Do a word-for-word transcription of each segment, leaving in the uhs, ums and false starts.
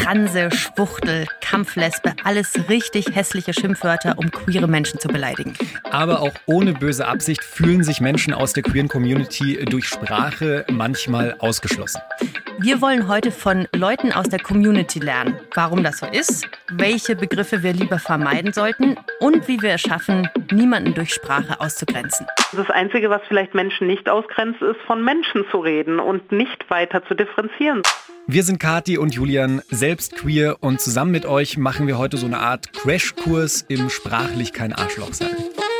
Transe, Schwuchtel, Kampflesbe, alles richtig hässliche Schimpfwörter, um queere Menschen zu beleidigen. Aber auch ohne böse Absicht fühlen sich Menschen aus der queeren Community durch Sprache manchmal ausgeschlossen. Wir wollen heute von Leuten aus der Community lernen, warum das so ist, welche Begriffe wir lieber vermeiden sollten und wie wir es schaffen, niemanden durch Sprache auszugrenzen. Das Einzige, was vielleicht Menschen nicht ausgrenzt, ist, von Menschen zu reden und nicht weiter zu differenzieren. Wir sind Kathi und Julian, selbst queer, und zusammen mit euch machen wir heute so eine Art Crashkurs im sprachlich kein Arschloch sein.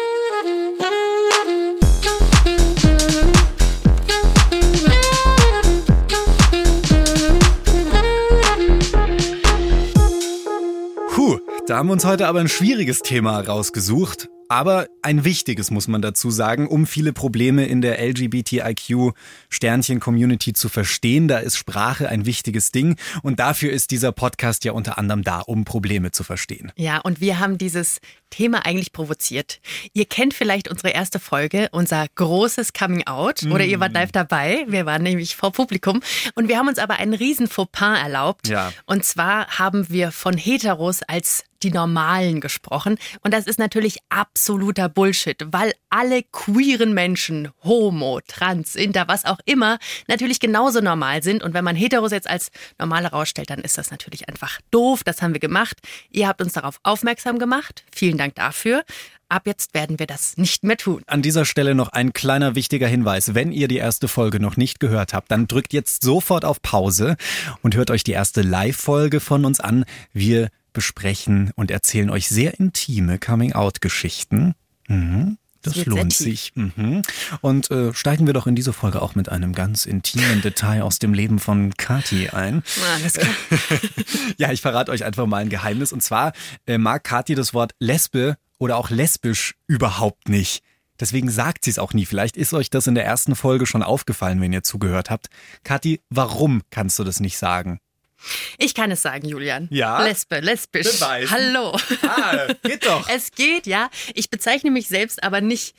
Puh, da haben wir uns heute aber ein schwieriges Thema rausgesucht. Aber ein wichtiges, muss man dazu sagen, um viele Probleme in der L G B T I Q-Sternchen-Community zu verstehen. Da ist Sprache ein wichtiges Ding. Und dafür ist dieser Podcast ja unter anderem da, um Probleme zu verstehen. Ja, und wir haben dieses Thema eigentlich provoziert. Ihr kennt vielleicht unsere erste Folge, unser großes Coming Out. Oder ihr wart live dabei. Wir waren nämlich vor Publikum. Und wir haben uns aber einen riesen Fauxpas erlaubt. Ja. Und zwar haben wir von Heteros als die Normalen gesprochen. Und das ist natürlich absoluter Bullshit, weil alle queeren Menschen, homo, trans, inter, was auch immer, natürlich genauso normal sind. Und wenn man Heteros jetzt als normale rausstellt, dann ist das natürlich einfach doof. Das haben wir gemacht. Ihr habt uns darauf aufmerksam gemacht. Vielen Dank dafür. Ab jetzt werden wir das nicht mehr tun. An dieser Stelle noch ein kleiner wichtiger Hinweis. Wenn ihr die erste Folge noch nicht gehört habt, dann drückt jetzt sofort auf Pause und hört euch die erste Live-Folge von uns an. Wir besprechen und erzählen euch sehr intime Coming-out-Geschichten. Mhm. Das, das lohnt sich. Mhm. Und äh, steigen wir doch in diese Folge auch mit einem ganz intimen Detail aus dem Leben von Kathi ein. Alles klar. Ja, ich verrate euch einfach mal ein Geheimnis. Und zwar äh, mag Kathi das Wort Lesbe oder auch lesbisch überhaupt nicht. Deswegen sagt sie es auch nie. Vielleicht ist euch das in der ersten Folge schon aufgefallen, wenn ihr zugehört habt. Kathi, warum kannst du das nicht sagen? Ich kann es sagen, Julian. Ja? Lesbe, lesbisch. Beweisen. Hallo. Ah, geht doch. Es geht, ja. Ich bezeichne mich selbst aber nicht,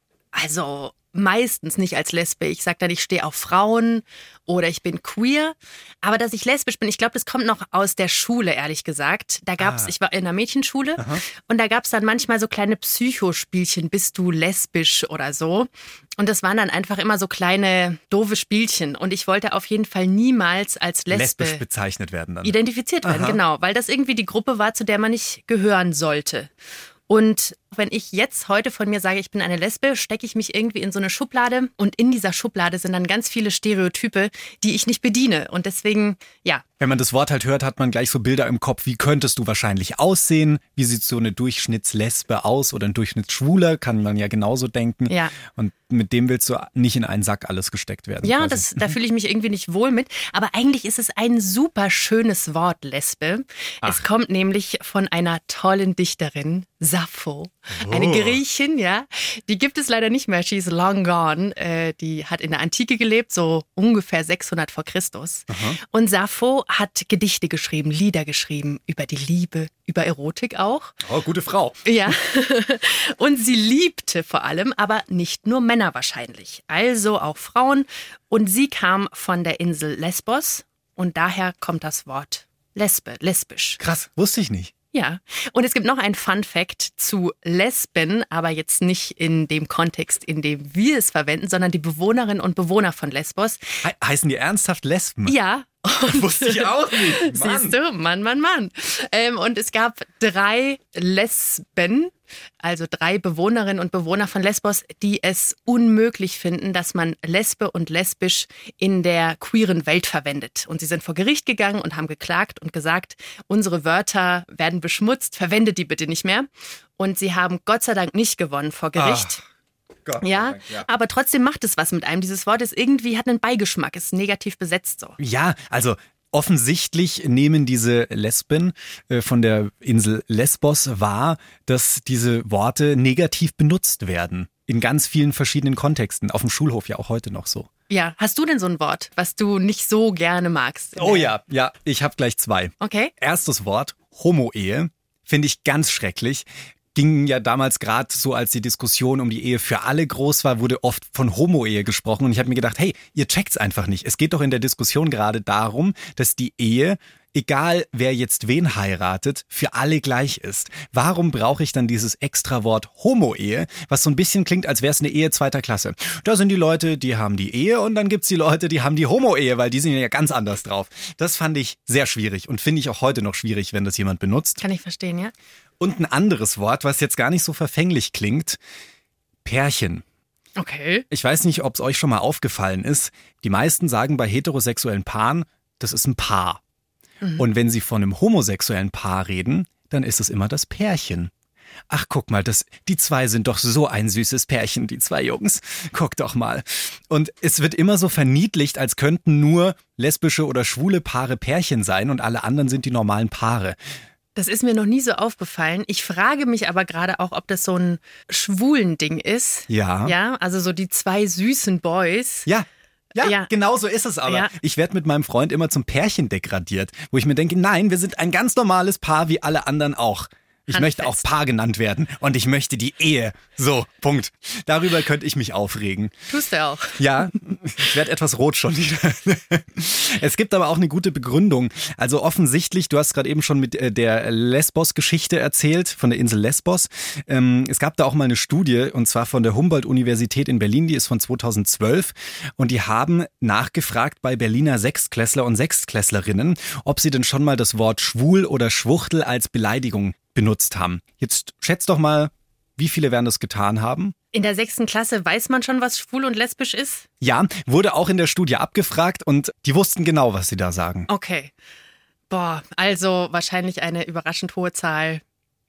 also meistens nicht als Lesbe. Ich sage dann, ich stehe auf Frauen oder ich bin queer. Aber dass ich lesbisch bin, ich glaube, das kommt noch aus der Schule, ehrlich gesagt. Da gab's, ah. ich war in einer Mädchenschule. Aha. Und da gab es dann manchmal so kleine Psychospielchen, bist du lesbisch oder so. Und das waren dann einfach immer so kleine, doofe Spielchen. Und ich wollte auf jeden Fall niemals als Lesbe lesbisch bezeichnet werden dann. Identifiziert werden, Aha. genau. Weil das irgendwie die Gruppe war, zu der man nicht gehören sollte. Und wenn ich jetzt heute von mir sage, ich bin eine Lesbe, stecke ich mich irgendwie in so eine Schublade. Und in dieser Schublade sind dann ganz viele Stereotype, die ich nicht bediene. Und deswegen, ja. Wenn man das Wort halt hört, hat man gleich so Bilder im Kopf. Wie könntest du wahrscheinlich aussehen? Wie sieht so eine Durchschnittslesbe aus? Oder ein Durchschnittsschwuler, kann man ja genauso denken. Ja. Und mit dem willst du nicht in einen Sack alles gesteckt werden. Ja, das, da fühle ich mich irgendwie nicht wohl mit. Aber eigentlich ist es ein super schönes Wort, Lesbe. Ach. Es kommt nämlich von einer tollen Dichterin, Sappho. Oh. Eine Griechin, ja. Die gibt es leider nicht mehr. She's long gone. Äh, die hat in der Antike gelebt, so ungefähr sechshundert vor Christus. Aha. Und Sappho hat Gedichte geschrieben, Lieder geschrieben über die Liebe, über Erotik auch. Oh, gute Frau. Ja. Und sie liebte vor allem, aber nicht nur Männer wahrscheinlich. Also auch Frauen. Und sie kam von der Insel Lesbos. Und daher kommt das Wort Lesbe, lesbisch. Krass, wusste ich nicht. Ja, und es gibt noch ein Fun-Fact zu Lesben, aber jetzt nicht in dem Kontext, in dem wir es verwenden, sondern die Bewohnerinnen und Bewohner von Lesbos. He- heißen die ernsthaft Lesben? Ja. Und wusste ich auch nicht. Mann. Siehst du, Mann, Mann, Mann. Ähm, und es gab drei Lesben, also drei Bewohnerinnen und Bewohner von Lesbos, die es unmöglich finden, dass man Lesbe und lesbisch in der queeren Welt verwendet. Und sie sind vor Gericht gegangen und haben geklagt und gesagt, unsere Wörter werden beschmutzt, verwendet die bitte nicht mehr. Und sie haben Gott sei Dank nicht gewonnen vor Gericht. Ach. Gott, ja, ja, aber trotzdem macht es was mit einem. Dieses Wort ist irgendwie, hat einen Beigeschmack, ist negativ besetzt so. Ja, also offensichtlich nehmen diese Lesben äh, von der Insel Lesbos wahr, dass diese Worte negativ benutzt werden. In ganz vielen verschiedenen Kontexten. Auf dem Schulhof ja auch heute noch so. Ja, hast du denn so ein Wort, was du nicht so gerne magst? Oh ja, ja, ich habe gleich zwei. Okay. Erstes Wort, Homo-Ehe, finde ich ganz schrecklich. Ging ja damals gerade so, als die Diskussion um die Ehe für alle groß war, wurde oft von Homo-Ehe gesprochen. Und ich habe mir gedacht, hey, ihr checkt's einfach nicht. Es geht doch in der Diskussion gerade darum, dass die Ehe egal wer jetzt wen heiratet, für alle gleich ist. Warum brauche ich dann dieses extra Wort Homo-Ehe, was so ein bisschen klingt, als wäre es eine Ehe zweiter Klasse? Da sind die Leute, die haben die Ehe und dann gibt's die Leute, die haben die Homo-Ehe, weil die sind ja ganz anders drauf. Das fand ich sehr schwierig und finde ich auch heute noch schwierig, wenn das jemand benutzt. Kann ich verstehen, ja. Und ein anderes Wort, was jetzt gar nicht so verfänglich klingt, Pärchen. Okay. Ich weiß nicht, ob es euch schon mal aufgefallen ist. Die meisten sagen bei heterosexuellen Paaren, das ist ein Paar. Mhm. Und wenn sie von einem homosexuellen Paar reden, dann ist es immer das Pärchen. Ach, guck mal, das, die zwei sind doch so ein süßes Pärchen, die zwei Jungs. Guck doch mal. Und es wird immer so verniedlicht, als könnten nur lesbische oder schwule Paare Pärchen sein und alle anderen sind die normalen Paare. Das ist mir noch nie so aufgefallen. Ich frage mich aber gerade auch, ob das so ein schwulen Ding ist. Ja. Ja, also so die zwei süßen Boys. Ja. Ja, Ja. genau so ist es aber. Ja. Ich werde mit meinem Freund immer zum Pärchen degradiert, wo ich mir denke, nein, wir sind ein ganz normales Paar wie alle anderen auch. Ich Handfest. möchte auch Paar genannt werden und ich möchte die Ehe. So, Punkt. Darüber könnte ich mich aufregen. Tust du auch. Ja, ich werde etwas rot schon wieder. Es gibt aber auch eine gute Begründung. Also offensichtlich, du hast gerade eben schon mit der Lesbos-Geschichte erzählt, von der Insel Lesbos. Es gab da auch mal eine Studie, und zwar von der Humboldt-Universität in Berlin, die ist von zweitausendzwölf. Und die haben nachgefragt bei Berliner Sechstklässler und Sechstklässlerinnen, ob sie denn schon mal das Wort schwul oder Schwuchtel als Beleidigung benutzt haben. Jetzt schätzt doch mal, wie viele werden das getan haben? In der sechsten Klasse weiß man schon, was schwul und lesbisch ist? Ja, wurde auch in der Studie abgefragt und die wussten genau, was sie da sagen. Okay. Boah, also wahrscheinlich eine überraschend hohe Zahl.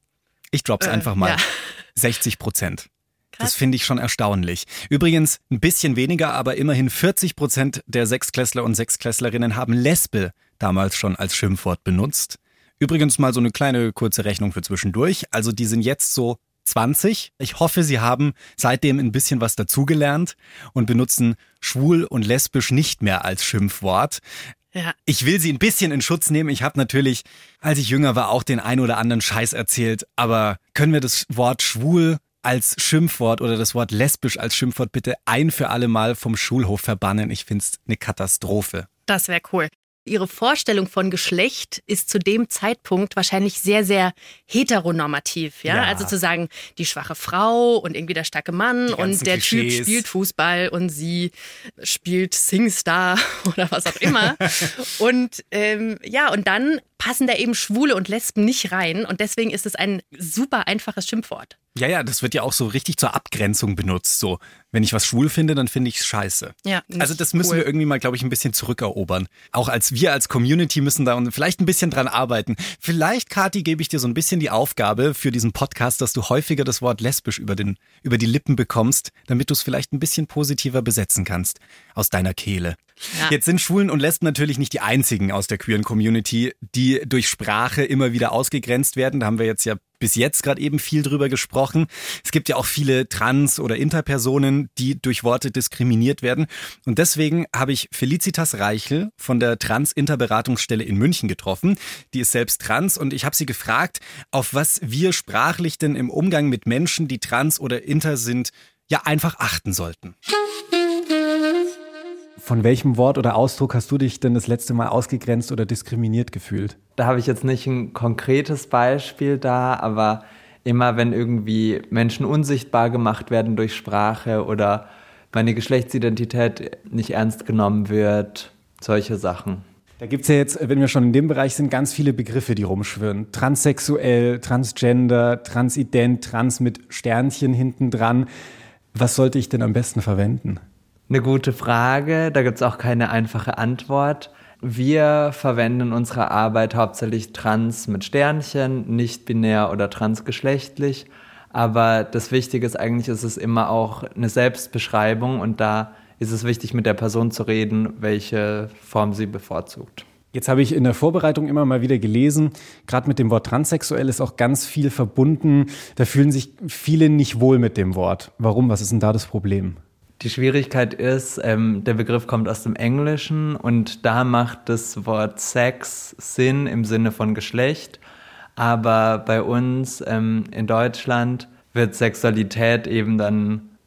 Ich drop's Äh, einfach mal. ja. sechzig Prozent. Krass. Das finde ich schon erstaunlich. Übrigens ein bisschen weniger, aber immerhin vierzig Prozent der Sechstklässler und Sechstklässlerinnen haben Lesbe damals schon als Schimpfwort benutzt. Übrigens mal so eine kleine kurze Rechnung für zwischendurch. Also die sind jetzt so zwanzig. Ich hoffe, sie haben seitdem ein bisschen was dazugelernt und benutzen schwul und lesbisch nicht mehr als Schimpfwort. Ja. Ich will sie ein bisschen in Schutz nehmen. Ich habe natürlich, als ich jünger war, auch den ein oder anderen Scheiß erzählt. Aber können wir das Wort schwul als Schimpfwort oder das Wort lesbisch als Schimpfwort bitte ein für alle Mal vom Schulhof verbannen? Ich find's eine Katastrophe. Das wäre cool. Ihre Vorstellung von Geschlecht ist zu dem Zeitpunkt wahrscheinlich sehr, sehr heteronormativ. Ja? Ja. Also zu sagen, die schwache Frau und irgendwie der starke Mann Die ganzen und der Klischees. Typ spielt Fußball und sie spielt Singstar oder was auch immer. Und ähm, ja, und dann passen da eben Schwule und Lesben nicht rein und deswegen ist es ein super einfaches Schimpfwort. Ja, ja, das wird ja auch so richtig zur Abgrenzung benutzt. So, wenn ich was schwul finde, dann finde ich es scheiße. Ja, Also das müssen cool. wir irgendwie mal, glaube ich, ein bisschen zurückerobern. Auch als wir als Community müssen da und vielleicht ein bisschen dran arbeiten. Vielleicht, Kathi, gebe ich dir so ein bisschen die Aufgabe für diesen Podcast, dass du häufiger das Wort lesbisch über, den, über die Lippen bekommst, damit du es vielleicht ein bisschen positiver besetzen kannst aus deiner Kehle. Ja. Jetzt sind Schwulen und Lesben natürlich nicht die einzigen aus der queeren Community, die durch Sprache immer wieder ausgegrenzt werden. Da haben wir jetzt ja bis jetzt gerade eben viel drüber gesprochen. Es gibt ja auch viele Trans- oder Interpersonen, die durch Worte diskriminiert werden. Und deswegen habe ich Felicitas Reichel von der Trans-Inter-Beratungsstelle in München getroffen. Die ist selbst trans und ich habe sie gefragt, auf was wir sprachlich denn im Umgang mit Menschen, die trans oder inter sind, ja einfach achten sollten. Von welchem Wort oder Ausdruck hast du dich denn das letzte Mal ausgegrenzt oder diskriminiert gefühlt? Da habe ich jetzt nicht ein konkretes Beispiel da, aber immer wenn irgendwie Menschen unsichtbar gemacht werden durch Sprache oder meine Geschlechtsidentität nicht ernst genommen wird, solche Sachen. Da gibt's ja jetzt, wenn wir schon in dem Bereich sind, ganz viele Begriffe, die rumschwirren. Transsexuell, Transgender, Transident, Trans mit Sternchen hinten dran. Was sollte ich denn am besten verwenden? Eine gute Frage, da gibt es auch keine einfache Antwort. Wir verwenden in unserer Arbeit hauptsächlich trans mit Sternchen, nicht binär oder transgeschlechtlich. Aber das Wichtige ist eigentlich, ist es immer auch eine Selbstbeschreibung und da ist es wichtig, mit der Person zu reden, welche Form sie bevorzugt. Jetzt habe ich in der Vorbereitung immer mal wieder gelesen, gerade mit dem Wort transsexuell ist auch ganz viel verbunden. Da fühlen sich viele nicht wohl mit dem Wort. Warum? Was ist denn da das Problem? Die Schwierigkeit ist, ähm, der Begriff kommt aus dem Englischen und da macht das Wort Sex Sinn im Sinne von Geschlecht. Aber bei uns ähm, in Deutschland wird Sexualität eben dann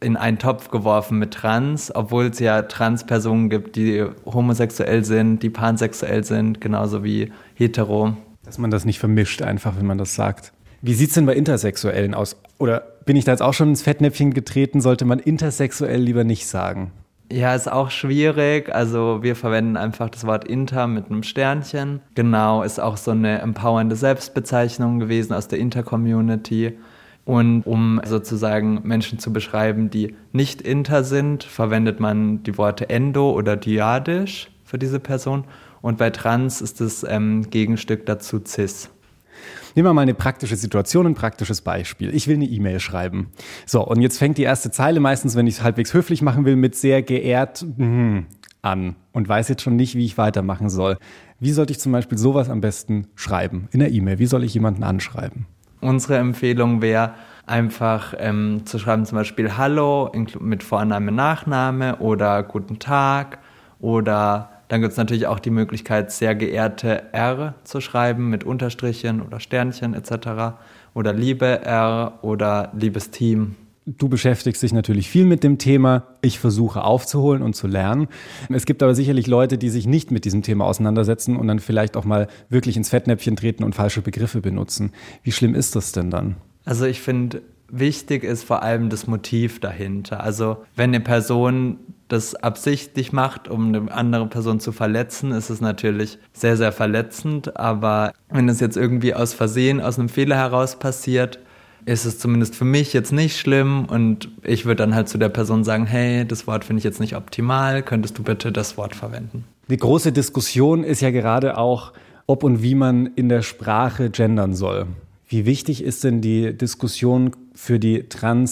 in einen Topf geworfen mit trans, obwohl es ja Transpersonen gibt, die homosexuell sind, die pansexuell sind, genauso wie hetero. Dass man das nicht vermischt einfach, wenn man das sagt. Wie sieht es denn bei Intersexuellen aus? Oder bin ich da jetzt auch schon ins Fettnäpfchen getreten? Sollte man intersexuell lieber nicht sagen? Ja, ist auch schwierig. Also wir verwenden einfach das Wort Inter mit einem Sternchen. Genau, ist auch so eine empowernde Selbstbezeichnung gewesen aus der Inter-Community. Und um sozusagen Menschen zu beschreiben, die nicht inter sind, verwendet man die Worte endo oder dyadisch für diese Person. Und bei trans ist das ähm, Gegenstück dazu cis. Nehmen wir mal eine praktische Situation, ein praktisches Beispiel. Ich will eine E-Mail schreiben. So, und jetzt fängt die erste Zeile meistens, wenn ich es halbwegs höflich machen will, mit sehr geehrt mm, an und weiß jetzt schon nicht, wie ich weitermachen soll. Wie sollte ich zum Beispiel sowas am besten schreiben in der E-Mail? Wie soll ich jemanden anschreiben? Unsere Empfehlung wäre einfach ähm, zu schreiben zum Beispiel Hallo mit Vorname, Nachname oder Guten Tag oder dann gibt es natürlich auch die Möglichkeit, sehr geehrte R zu schreiben mit Unterstrichen oder Sternchen et cetera. Oder liebe R oder liebes Team. Du beschäftigst dich natürlich viel mit dem Thema. Ich versuche aufzuholen und zu lernen. Es gibt aber sicherlich Leute, die sich nicht mit diesem Thema auseinandersetzen und dann vielleicht auch mal wirklich ins Fettnäpfchen treten und falsche Begriffe benutzen. Wie schlimm ist das denn dann? Also ich finde, wichtig ist vor allem das Motiv dahinter. Also wenn eine Person das absichtlich macht, um eine andere Person zu verletzen, ist es natürlich sehr, sehr verletzend. Aber wenn es jetzt irgendwie aus Versehen, aus einem Fehler heraus passiert, ist es zumindest für mich jetzt nicht schlimm. Und ich würde dann halt zu der Person sagen, hey, das Wort finde ich jetzt nicht optimal, könntest du bitte das Wort verwenden? Die große Diskussion ist ja gerade auch, ob und wie man in der Sprache gendern soll. Wie wichtig ist denn die Diskussion für die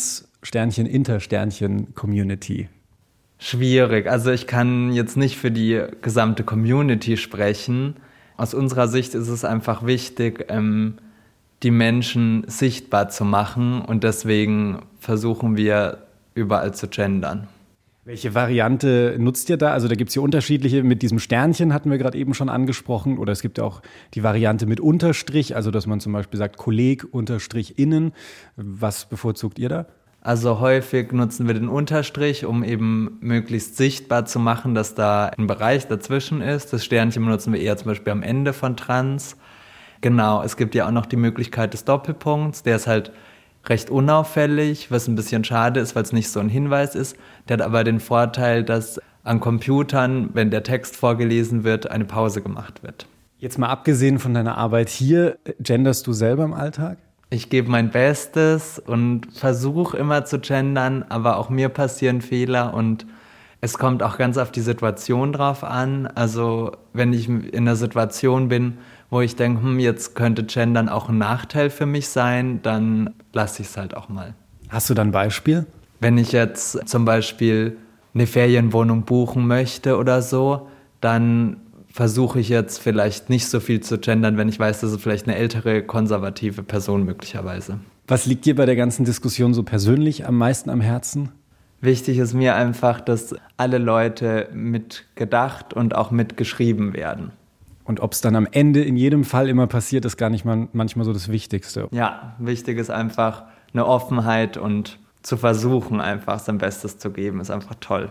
Trans-Sternchen-Inter-Sternchen-Community? Schwierig. Also ich kann jetzt nicht für die gesamte Community sprechen. Aus unserer Sicht ist es einfach wichtig, ähm, die Menschen sichtbar zu machen und deswegen versuchen wir überall zu gendern. Welche Variante nutzt ihr da? Also da gibt es ja unterschiedliche, mit diesem Sternchen hatten wir gerade eben schon angesprochen, oder es gibt ja auch die Variante mit Unterstrich, also dass man zum Beispiel sagt Kolleg Unterstrich innen. Was bevorzugt ihr da? Also häufig nutzen wir den Unterstrich, um eben möglichst sichtbar zu machen, dass da ein Bereich dazwischen ist. Das Sternchen benutzen wir eher zum Beispiel am Ende von trans. Genau, es gibt ja auch noch die Möglichkeit des Doppelpunkts, der ist halt recht unauffällig, was ein bisschen schade ist, weil es nicht so ein Hinweis ist. Der hat aber den Vorteil, dass an Computern, wenn der Text vorgelesen wird, eine Pause gemacht wird. Jetzt mal abgesehen von deiner Arbeit hier, genderst du selber im Alltag? Ich gebe mein Bestes und versuche immer zu gendern, aber auch mir passieren Fehler und es kommt auch ganz auf die Situation drauf an. Also wenn ich in einer Situation bin, wo ich denke, hm, jetzt könnte gendern auch ein Nachteil für mich sein, dann lasse ich es halt auch mal. Hast du da ein Beispiel? Wenn ich jetzt zum Beispiel eine Ferienwohnung buchen möchte oder so, dann versuche ich jetzt vielleicht nicht so viel zu gendern, wenn ich weiß, dass es vielleicht eine ältere, konservative Person möglicherweise. Was liegt dir bei der ganzen Diskussion so persönlich am meisten am Herzen? Wichtig ist mir einfach, dass alle Leute mitgedacht und auch mitgeschrieben werden. Und ob es dann am Ende in jedem Fall immer passiert, ist gar nicht mal manchmal so das Wichtigste. Ja, wichtig ist einfach eine Offenheit und zu versuchen, einfach sein Bestes zu geben, ist einfach toll.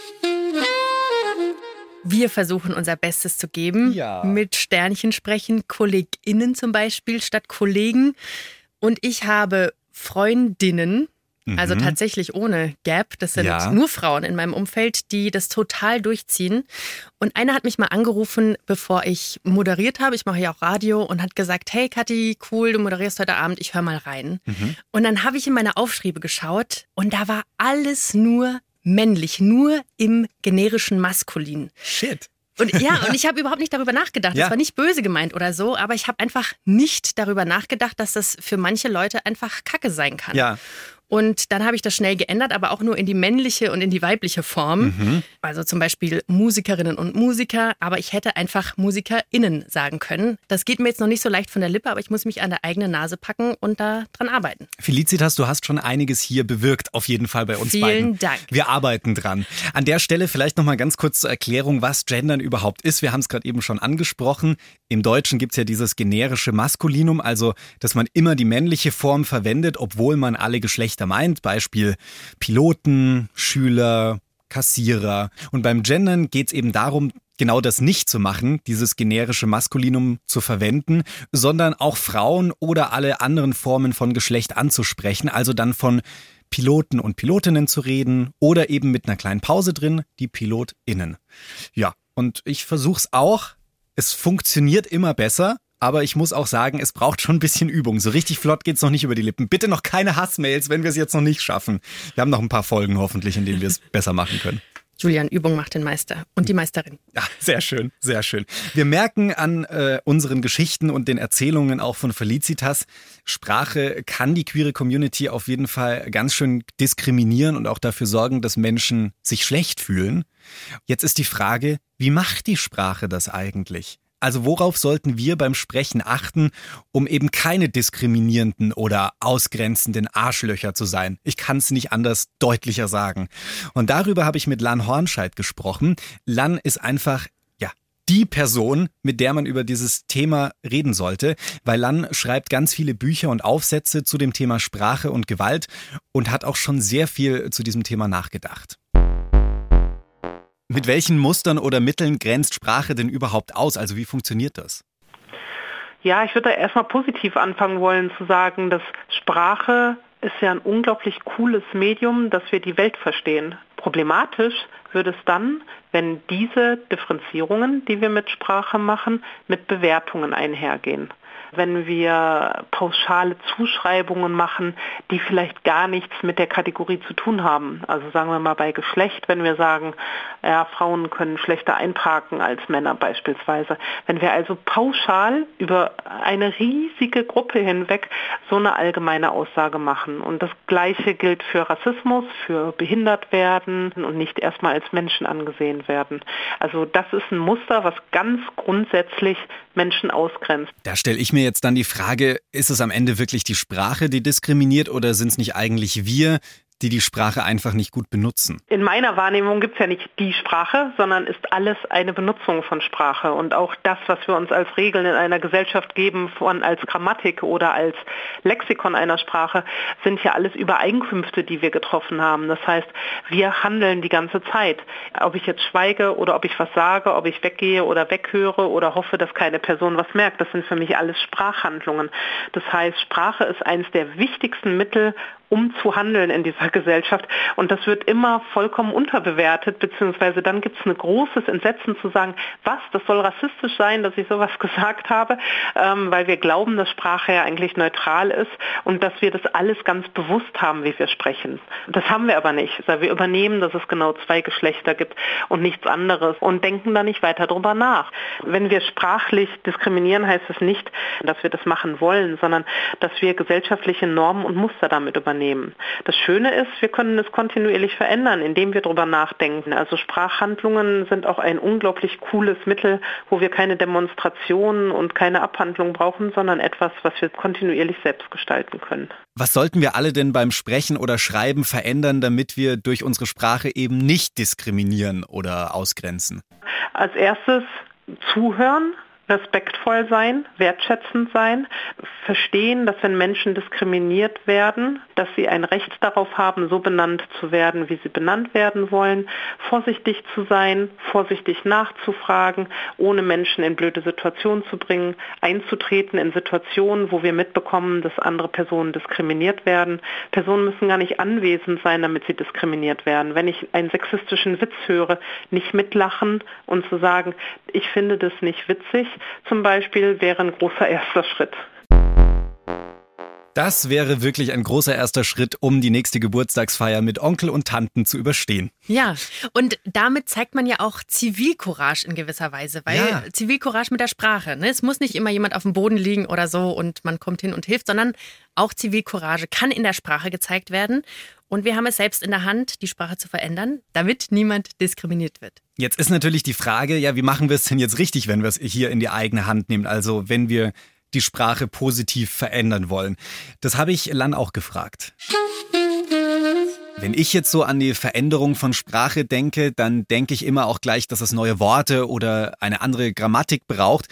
Wir versuchen unser Bestes zu geben, ja. Mit Sternchen sprechen, KollegInnen zum Beispiel statt Kollegen. Und ich habe Freundinnen, mhm. also tatsächlich ohne Gap, das sind ja. nur Frauen in meinem Umfeld, die das total durchziehen. Und eine hat mich mal angerufen, bevor ich moderiert habe, ich mache ja auch Radio, und hat gesagt, hey Kathi, cool, du moderierst heute Abend, ich höre mal rein. Mhm. Und dann habe ich in meine Aufschriebe geschaut und da war alles nur männlich, nur im generischen Maskulin. Shit. Und ja, und ich habe überhaupt nicht darüber nachgedacht. Ja. Das war nicht böse gemeint oder so, aber ich habe einfach nicht darüber nachgedacht, dass das für manche Leute einfach Kacke sein kann. Ja. Und dann habe ich das schnell geändert, aber auch nur in die männliche und in die weibliche Form. Mhm. Also zum Beispiel Musikerinnen und Musiker, aber ich hätte einfach MusikerInnen sagen können. Das geht mir jetzt noch nicht so leicht von der Lippe, aber ich muss mich an der eigenen Nase packen und da dran arbeiten. Felicitas, du hast schon einiges hier bewirkt, auf jeden Fall bei uns Vielen beiden. Vielen Dank. Wir arbeiten dran. An der Stelle vielleicht noch mal ganz kurz zur Erklärung, was Gendern überhaupt ist. Wir haben es gerade eben schon angesprochen. Im Deutschen gibt es ja dieses generische Maskulinum, also dass man immer die männliche Form verwendet, obwohl man alle Geschlechter Geschlechter meint. Beispiel Piloten, Schüler, Kassierer. Und beim Gendern geht es eben darum, genau das nicht zu machen, dieses generische Maskulinum zu verwenden, sondern auch Frauen oder alle anderen Formen von Geschlecht anzusprechen, also dann von Piloten und Pilotinnen zu reden oder eben mit einer kleinen Pause drin, die PilotInnen. Ja, und ich versuch's auch. Es funktioniert immer besser, aber ich muss auch sagen, es braucht schon ein bisschen Übung. So richtig flott geht's noch nicht über die Lippen. Bitte noch keine Hassmails, wenn wir es jetzt noch nicht schaffen. Wir haben noch ein paar Folgen hoffentlich, in denen wir es besser machen können. Julian, Übung macht den Meister und die Meisterin. Ja, sehr schön, sehr schön. Wir merken an äh, unseren Geschichten und den Erzählungen auch von Felicitas, Sprache kann die queere Community auf jeden Fall ganz schön diskriminieren und auch dafür sorgen, dass Menschen sich schlecht fühlen. Jetzt ist die Frage, wie macht die Sprache das eigentlich? Also worauf sollten wir beim Sprechen achten, um eben keine diskriminierenden oder ausgrenzenden Arschlöcher zu sein? Ich kann es nicht anders deutlicher sagen. Und darüber habe ich mit Lan Hornscheid gesprochen. Lan ist einfach ja die Person, mit der man über dieses Thema reden sollte, weil Lan schreibt ganz viele Bücher und Aufsätze zu dem Thema Sprache und Gewalt und hat auch schon sehr viel zu diesem Thema nachgedacht. Mit welchen Mustern oder Mitteln grenzt Sprache denn überhaupt aus? Also wie funktioniert das? Ja, ich würde da erstmal positiv anfangen wollen zu sagen, dass Sprache ist ja ein unglaublich cooles Medium, dass wir die Welt verstehen. Problematisch wird es dann, wenn diese Differenzierungen, die wir mit Sprache machen, mit Bewertungen einhergehen. Wenn wir pauschale Zuschreibungen machen, die vielleicht gar nichts mit der Kategorie zu tun haben. Also sagen wir mal bei Geschlecht, wenn wir sagen, ja, Frauen können schlechter einparken als Männer beispielsweise. Wenn wir also pauschal über eine riesige Gruppe hinweg so eine allgemeine Aussage machen. Und das Gleiche gilt für Rassismus, für behindert werden und nicht erstmal als Menschen angesehen werden. Also das ist ein Muster, was ganz grundsätzlich Menschen ausgrenzt. Da stelle ich mir jetzt dann die Frage, ist es am Ende wirklich die Sprache, die diskriminiert, oder sind es nicht eigentlich wir, die die Sprache einfach nicht gut benutzen? In meiner Wahrnehmung gibt es ja nicht die Sprache, sondern ist alles eine Benutzung von Sprache. Und auch das, was wir uns als Regeln in einer Gesellschaft geben, von als Grammatik oder als Lexikon einer Sprache, sind ja alles Übereinkünfte, die wir getroffen haben. Das heißt, wir handeln die ganze Zeit. Ob ich jetzt schweige oder ob ich was sage, ob ich weggehe oder weghöre oder hoffe, dass keine Person was merkt, das sind für mich alles Sprachhandlungen. Das heißt, Sprache ist eines der wichtigsten Mittel, um zu handeln in dieser Gesellschaft. Und das wird immer vollkommen unterbewertet, beziehungsweise dann gibt es ein großes Entsetzen zu sagen, was, das soll rassistisch sein, dass ich sowas gesagt habe, ähm, weil wir glauben, dass Sprache ja eigentlich neutral ist und dass wir das alles ganz bewusst haben, wie wir sprechen. Das haben wir aber nicht, weil wir übernehmen, dass es genau zwei Geschlechter gibt und nichts anderes und denken da nicht weiter drüber nach. Wenn wir sprachlich diskriminieren, heißt es nicht, dass wir das machen wollen, sondern dass wir gesellschaftliche Normen und Muster damit übernehmen. Das Schöne ist, wir können es kontinuierlich verändern, indem wir darüber nachdenken. Also Sprachhandlungen sind auch ein unglaublich cooles Mittel, wo wir keine Demonstrationen und keine Abhandlung brauchen, sondern etwas, was wir kontinuierlich selbst gestalten können. Was sollten wir alle denn beim Sprechen oder Schreiben verändern, damit wir durch unsere Sprache eben nicht diskriminieren oder ausgrenzen? Als erstes zuhören. Respektvoll sein, wertschätzend sein, verstehen, dass wenn Menschen diskriminiert werden, dass sie ein Recht darauf haben, so benannt zu werden, wie sie benannt werden wollen, vorsichtig zu sein, vorsichtig nachzufragen, ohne Menschen in blöde Situationen zu bringen, einzutreten in Situationen, wo wir mitbekommen, dass andere Personen diskriminiert werden. Personen müssen gar nicht anwesend sein, damit sie diskriminiert werden. Wenn ich einen sexistischen Witz höre, nicht mitlachen und zu sagen, ich finde das nicht witzig, zum Beispiel, wäre ein großer erster Schritt. Das wäre wirklich ein großer erster Schritt, um die nächste Geburtstagsfeier mit Onkel und Tanten zu überstehen. Ja, und damit zeigt man ja auch Zivilcourage in gewisser Weise, weil ja. Zivilcourage mit der Sprache, ne? Es muss nicht immer jemand auf dem Boden liegen oder so und man kommt hin und hilft, sondern auch Zivilcourage kann in der Sprache gezeigt werden. Und wir haben es selbst in der Hand, die Sprache zu verändern, damit niemand diskriminiert wird. Jetzt ist natürlich die Frage, ja, wie machen wir es denn jetzt richtig, wenn wir es hier in die eigene Hand nehmen? Also wenn wir die Sprache positiv verändern wollen. Das habe ich Lan auch gefragt. Wenn ich jetzt so an die Veränderung von Sprache denke, dann denke ich immer auch gleich, dass es neue Worte oder eine andere Grammatik braucht.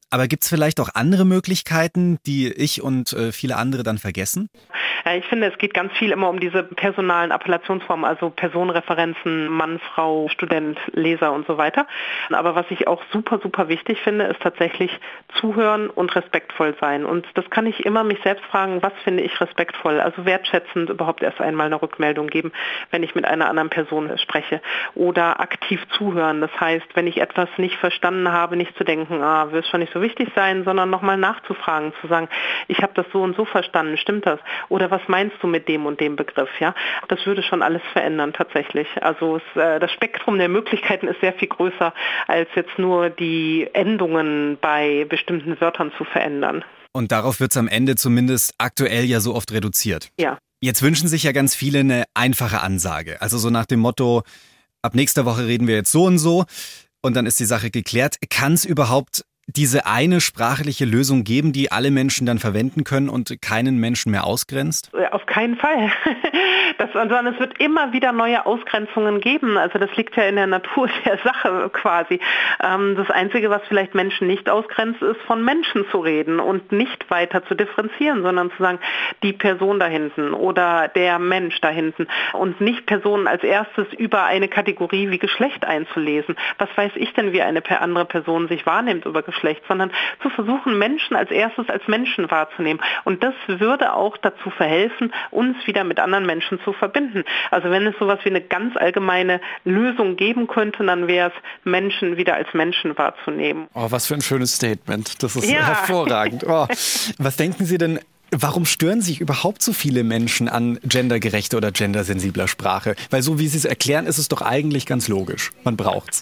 Aber gibt es vielleicht auch andere Möglichkeiten, die ich und äh, viele andere dann vergessen? Ja, ich finde, es geht ganz viel immer um diese personalen Appellationsformen, also Personenreferenzen, Mann, Frau, Student, Leser und so weiter. Aber was ich auch super, super wichtig finde, ist tatsächlich zuhören und respektvoll sein. Und das kann ich immer mich selbst fragen, was finde ich respektvoll? Also wertschätzend überhaupt erst einmal eine Rückmeldung geben, wenn ich mit einer anderen Person spreche. Oder aktiv zuhören. Das heißt, wenn ich etwas nicht verstanden habe, nicht zu denken, ah, wird schon nicht so wichtig sein, sondern nochmal nachzufragen, zu sagen, ich habe das so und so verstanden, stimmt das? Oder was meinst du mit dem und dem Begriff? Ja, das würde schon alles verändern tatsächlich. Also es, äh, das Spektrum der Möglichkeiten ist sehr viel größer, als jetzt nur die Endungen bei bestimmten Wörtern zu verändern. Und darauf wird es am Ende zumindest aktuell ja so oft reduziert. Ja. Jetzt wünschen sich ja ganz viele eine einfache Ansage. Also so nach dem Motto, ab nächster Woche reden wir jetzt so und so und dann ist die Sache geklärt. Kann es überhaupt diese eine sprachliche Lösung geben, die alle Menschen dann verwenden können und keinen Menschen mehr ausgrenzt? Auf keinen Fall. Das, sondern es wird immer wieder neue Ausgrenzungen geben. Also das liegt ja in der Natur der Sache quasi. Ähm, das Einzige, was vielleicht Menschen nicht ausgrenzt, ist von Menschen zu reden und nicht weiter zu differenzieren, sondern zu sagen, die Person da hinten oder der Mensch da hinten und nicht Personen als erstes über eine Kategorie wie Geschlecht einzulesen. Was weiß ich denn, wie eine andere Person sich wahrnimmt über Geschlecht, sondern zu versuchen, Menschen als erstes als Menschen wahrzunehmen. Und das würde auch dazu verhelfen, uns wieder mit anderen Menschen zu verbinden. Also wenn es sowas wie eine ganz allgemeine Lösung geben könnte, dann wäre es, Menschen wieder als Menschen wahrzunehmen. Oh, was für ein schönes Statement. Das ist ja. hervorragend. Oh. Was denken Sie denn, warum stören sich überhaupt so viele Menschen an gendergerechter oder gendersensibler Sprache? Weil so wie Sie es erklären, ist es doch eigentlich ganz logisch. Man braucht's.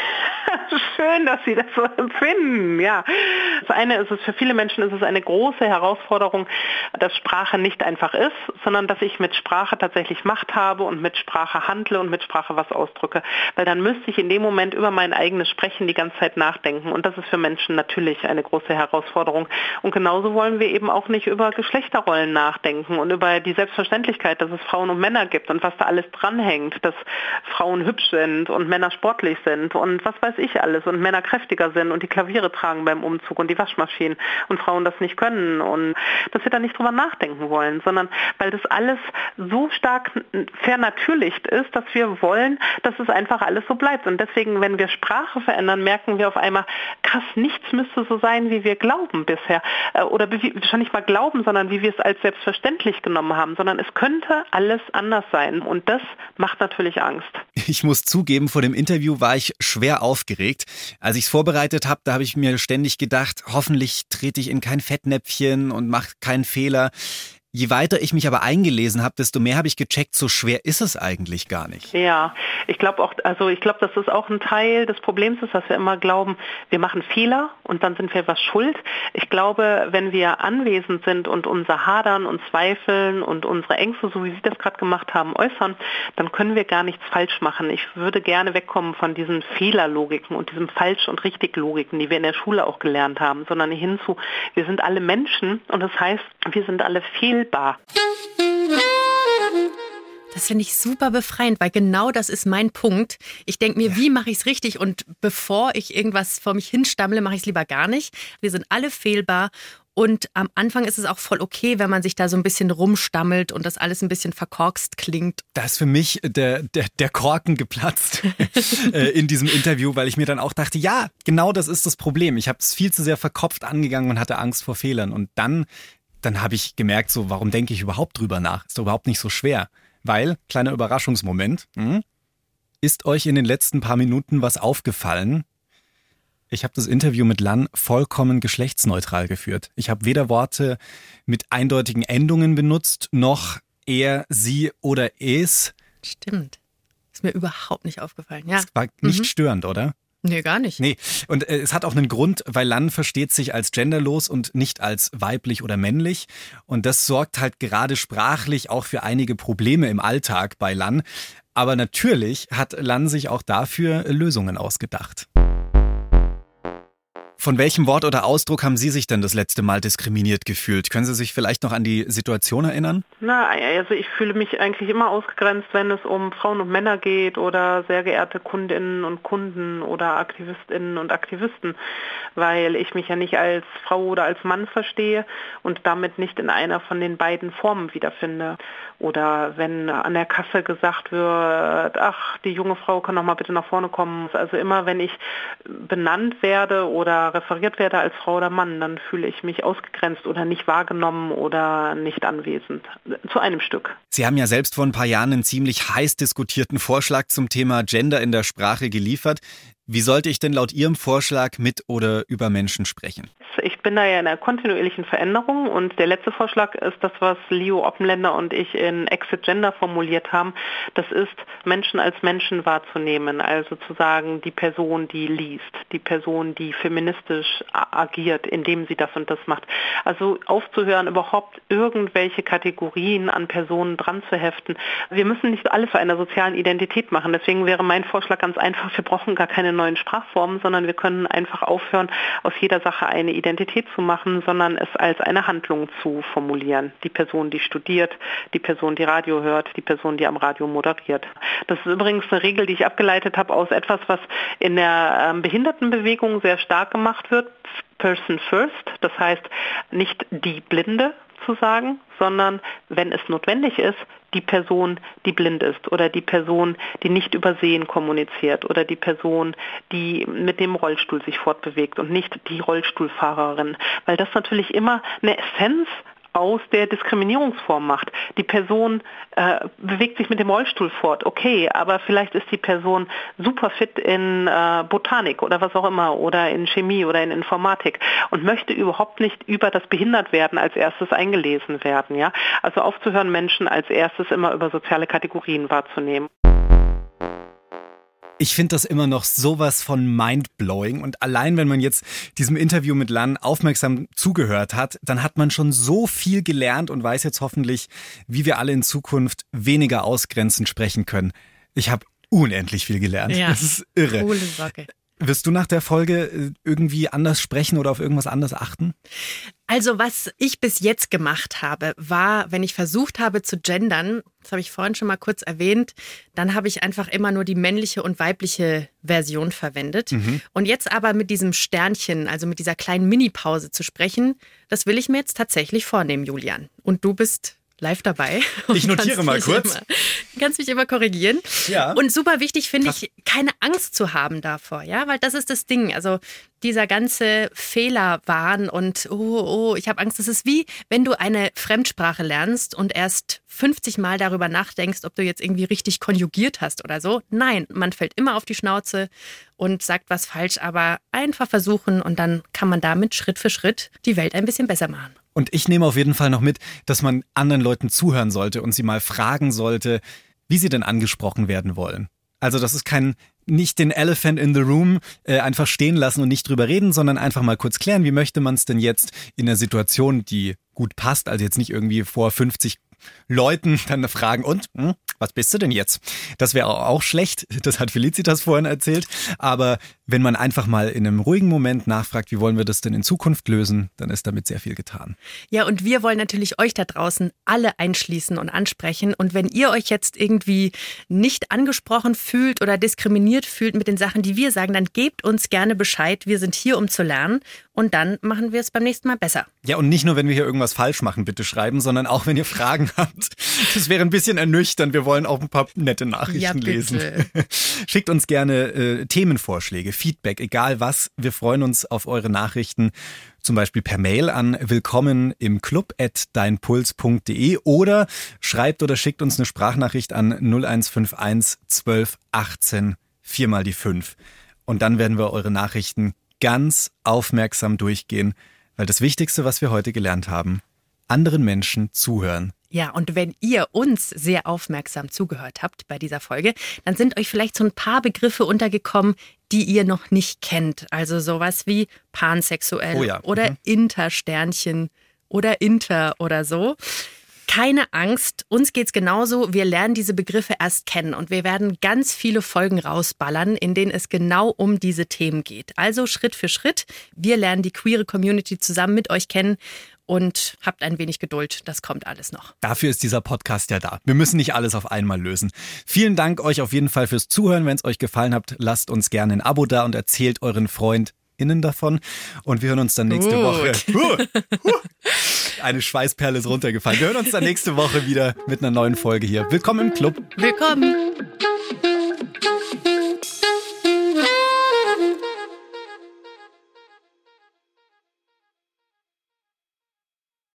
Schön, dass Sie das so empfinden. Ja, das eine ist es, für viele Menschen ist es eine große Herausforderung, dass Sprache nicht einfach ist, sondern dass ich mit Sprache tatsächlich Macht habe und mit Sprache handle und mit Sprache was ausdrücke. Weil dann müsste ich in dem Moment über mein eigenes Sprechen die ganze Zeit nachdenken. Und das ist für Menschen natürlich eine große Herausforderung. Und genauso wollen wir eben auch nicht über Geschlechterrollen nachdenken und über die Selbstverständlichkeit, dass es Frauen und Männer gibt und was da alles dranhängt, dass Frauen hübsch sind und Männer sportlich sind und was weiß ich alles und Männer kräftiger sind und die Klaviere tragen beim Umzug und die Waschmaschinen und Frauen das nicht können und dass wir da nicht drüber nachdenken wollen, sondern weil das alles so stark vernatürlicht ist, dass wir wollen, dass es einfach alles so bleibt. Und deswegen, wenn wir Sprache verändern, merken wir auf einmal, krass, nichts müsste so sein, wie wir glauben bisher. Oder schon nicht mal glauben, sondern wie wir es als selbstverständlich genommen haben, sondern es könnte alles anders sein. Und das macht natürlich Angst. Ich muss zugeben, vor dem Interview war ich schwer aufgeregt. Als ich es vorbereitet habe, da habe ich mir ständig gedacht, hoffentlich trete ich in kein Fettnäpfchen und mache keinen Fehler. Je weiter ich mich aber eingelesen habe, desto mehr habe ich gecheckt, so schwer ist es eigentlich gar nicht. Ja, ich glaube auch, also ich glaube, dass das auch ein Teil des Problems ist, dass wir immer glauben, wir machen Fehler und dann sind wir was schuld. Ich glaube, wenn wir anwesend sind und unser Hadern und Zweifeln und unsere Ängste, so wie Sie das gerade gemacht haben, äußern, dann können wir gar nichts falsch machen. Ich würde gerne wegkommen von diesen Fehlerlogiken und diesen Falsch- und Richtig-Logiken, die wir in der Schule auch gelernt haben, sondern hinzu, wir sind alle Menschen und das heißt, wir sind alle fehlbar. Das finde ich super befreiend, weil genau das ist mein Punkt. Ich denke mir, ja. Wie mache ich es richtig? Und bevor ich irgendwas vor mich hinstammle, mache ich es lieber gar nicht. Wir sind alle fehlbar. Und am Anfang ist es auch voll okay, wenn man sich da so ein bisschen rumstammelt und das alles ein bisschen verkorkst klingt. Da ist für mich der, der, der Korken geplatzt in diesem Interview, weil ich mir dann auch dachte, ja, genau das ist das Problem. Ich habe es viel zu sehr verkopft angegangen und hatte Angst vor Fehlern. Und dann, dann habe ich gemerkt, so, warum denke ich überhaupt drüber nach? Ist doch überhaupt nicht so schwer. Weil, kleiner Überraschungsmoment, hm, ist euch in den letzten paar Minuten was aufgefallen? Ich habe das Interview mit Lan vollkommen geschlechtsneutral geführt. Ich habe weder Worte mit eindeutigen Endungen benutzt, noch er, sie oder es. Stimmt. Ist mir überhaupt nicht aufgefallen. Ja. Das war nicht mhm. störend, oder? Nee, gar nicht. Nee, und äh, es hat auch einen Grund, weil Lan versteht sich als genderlos und nicht als weiblich oder männlich. Und das sorgt halt gerade sprachlich auch für einige Probleme im Alltag bei Lan. Aber natürlich hat Lan sich auch dafür Lösungen ausgedacht. Von welchem Wort oder Ausdruck haben Sie sich denn das letzte Mal diskriminiert gefühlt? Können Sie sich vielleicht noch an die Situation erinnern? Na, also ich fühle mich eigentlich immer ausgegrenzt, wenn es um Frauen und Männer geht oder sehr geehrte Kundinnen und Kunden oder Aktivistinnen und Aktivisten, weil ich mich ja nicht als Frau oder als Mann verstehe und damit nicht in einer von den beiden Formen wiederfinde. Oder wenn an der Kasse gesagt wird, ach, die junge Frau kann doch mal bitte nach vorne kommen. Also immer, wenn ich benannt werde oder referiert werde als Frau oder Mann, dann fühle ich mich ausgegrenzt oder nicht wahrgenommen oder nicht anwesend. Zu einem Stück. Sie haben ja selbst vor ein paar Jahren einen ziemlich heiß diskutierten Vorschlag zum Thema Gender in der Sprache geliefert. Wie sollte ich denn laut Ihrem Vorschlag mit oder über Menschen sprechen? Ich bin da ja in einer kontinuierlichen Veränderung und der letzte Vorschlag ist das, was Leo Oppenländer und ich in Exit Gender formuliert haben. Das ist, Menschen als Menschen wahrzunehmen, also zu sagen, die Person, die liest, die Person, die feministisch agiert, indem sie das und das macht. Also aufzuhören, überhaupt irgendwelche Kategorien an Personen dran zu heften. Wir müssen nicht alles zu einer sozialen Identität machen. Deswegen wäre mein Vorschlag ganz einfach, wir brauchen gar keine neuen Sprachformen, sondern wir können einfach aufhören, aus jeder Sache eine Identität zu machen, sondern es als eine Handlung zu formulieren. Die Person, die studiert, die Person, die Radio hört, die Person, die am Radio moderiert. Das ist übrigens eine Regel, die ich abgeleitet habe aus etwas, was in der ähm, Behindertenbewegung sehr stark gemacht wird. Person first, das heißt nicht die Blinde zu sagen, sondern wenn es notwendig ist, die Person, die blind ist oder die Person, die nicht über Sehen kommuniziert oder die Person, die mit dem Rollstuhl sich fortbewegt und nicht die Rollstuhlfahrerin, weil das natürlich immer eine Essenz aus der Diskriminierungsform macht. Die Person äh, bewegt sich mit dem Rollstuhl fort, okay, aber vielleicht ist die Person super fit in äh, Botanik oder was auch immer oder in Chemie oder in Informatik und möchte überhaupt nicht über das Behindertwerden als erstes eingelesen werden. Ja? Also aufzuhören, Menschen als erstes immer über soziale Kategorien wahrzunehmen. Ich finde das immer noch sowas von mindblowing und allein wenn man jetzt diesem Interview mit Lan aufmerksam zugehört hat, dann hat man schon so viel gelernt und weiß jetzt hoffentlich, wie wir alle in Zukunft weniger ausgrenzend sprechen können. Ich habe unendlich viel gelernt. Ja, das ist irre. Coole Socke. Wirst du nach der Folge irgendwie anders sprechen oder auf irgendwas anderes achten? Also was ich bis jetzt gemacht habe, war, wenn ich versucht habe zu gendern, das habe ich vorhin schon mal kurz erwähnt, dann habe ich einfach immer nur die männliche und weibliche Version verwendet. Mhm. Und jetzt aber mit diesem Sternchen, also mit dieser kleinen Mini-Pause zu sprechen, das will ich mir jetzt tatsächlich vornehmen, Julian. Und du bist live dabei. Ich notiere mal kurz. Immer, kannst mich immer korrigieren. Ja. Und super wichtig finde ich, keine Angst zu haben davor, ja, weil das ist das Ding. Also dieser ganze Fehlerwahn und oh, oh, ich habe Angst. Das ist wie, wenn du eine Fremdsprache lernst und erst fünfzig Mal darüber nachdenkst, ob du jetzt irgendwie richtig konjugiert hast oder so. Nein, man fällt immer auf die Schnauze und sagt was falsch, aber einfach versuchen und dann kann man damit Schritt für Schritt die Welt ein bisschen besser machen. Und ich nehme auf jeden Fall noch mit, dass man anderen Leuten zuhören sollte und sie mal fragen sollte, wie sie denn angesprochen werden wollen. Also das ist kein, nicht den Elephant in the Room äh, einfach stehen lassen und nicht drüber reden, sondern einfach mal kurz klären, wie möchte man es denn jetzt in einer Situation, die gut passt, also jetzt nicht irgendwie vor fünfzig Leuten dann fragen, und, hm, was bist du denn jetzt? Das wäre auch schlecht, das hat Felicitas vorhin erzählt, aber wenn man einfach mal in einem ruhigen Moment nachfragt, wie wollen wir das denn in Zukunft lösen, dann ist damit sehr viel getan. Ja, und wir wollen natürlich euch da draußen alle einschließen und ansprechen und wenn ihr euch jetzt irgendwie nicht angesprochen fühlt oder diskriminiert fühlt mit den Sachen, die wir sagen, dann gebt uns gerne Bescheid, wir sind hier, um zu lernen und dann machen wir es beim nächsten Mal besser. Ja, und nicht nur, wenn wir hier irgendwas falsch machen, bitte schreiben, sondern auch, wenn ihr Fragen habt. Das wäre ein bisschen ernüchternd. Wir wollen auch ein paar nette Nachrichten ja, lesen. Schickt uns gerne äh, Themenvorschläge, Feedback, egal was. Wir freuen uns auf eure Nachrichten, zum Beispiel per Mail an willkommen im Club at deinpuls punkt de oder schreibt oder schickt uns eine Sprachnachricht an null eins fünf eins zwölf achtzehn vier mal die fünf. Und dann werden wir eure Nachrichten ganz aufmerksam durchgehen, weil das Wichtigste, was wir heute gelernt haben, anderen Menschen zuhören. Ja, und wenn ihr uns sehr aufmerksam zugehört habt bei dieser Folge, dann sind euch vielleicht so ein paar Begriffe untergekommen, die ihr noch nicht kennt. Also sowas wie pansexuell oh ja. oder mhm. Intersternchen oder Inter oder so. keine Angst, uns geht's genauso. Wir lernen diese Begriffe erst kennen und wir werden ganz viele Folgen rausballern, in denen es genau um diese Themen geht. Also Schritt für Schritt. Wir lernen die queere Community zusammen mit euch kennen. Und habt ein wenig Geduld, das kommt alles noch. Dafür ist dieser Podcast ja da. Wir müssen nicht alles auf einmal lösen. Vielen Dank euch auf jeden Fall fürs Zuhören. Wenn es euch gefallen hat, lasst uns gerne ein Abo da und erzählt euren FreundInnen davon. Und wir hören uns dann nächste Gut. Woche. Eine Schweißperle ist runtergefallen. Wir hören uns dann nächste Woche wieder mit einer neuen Folge hier. Willkommen im Club. Willkommen.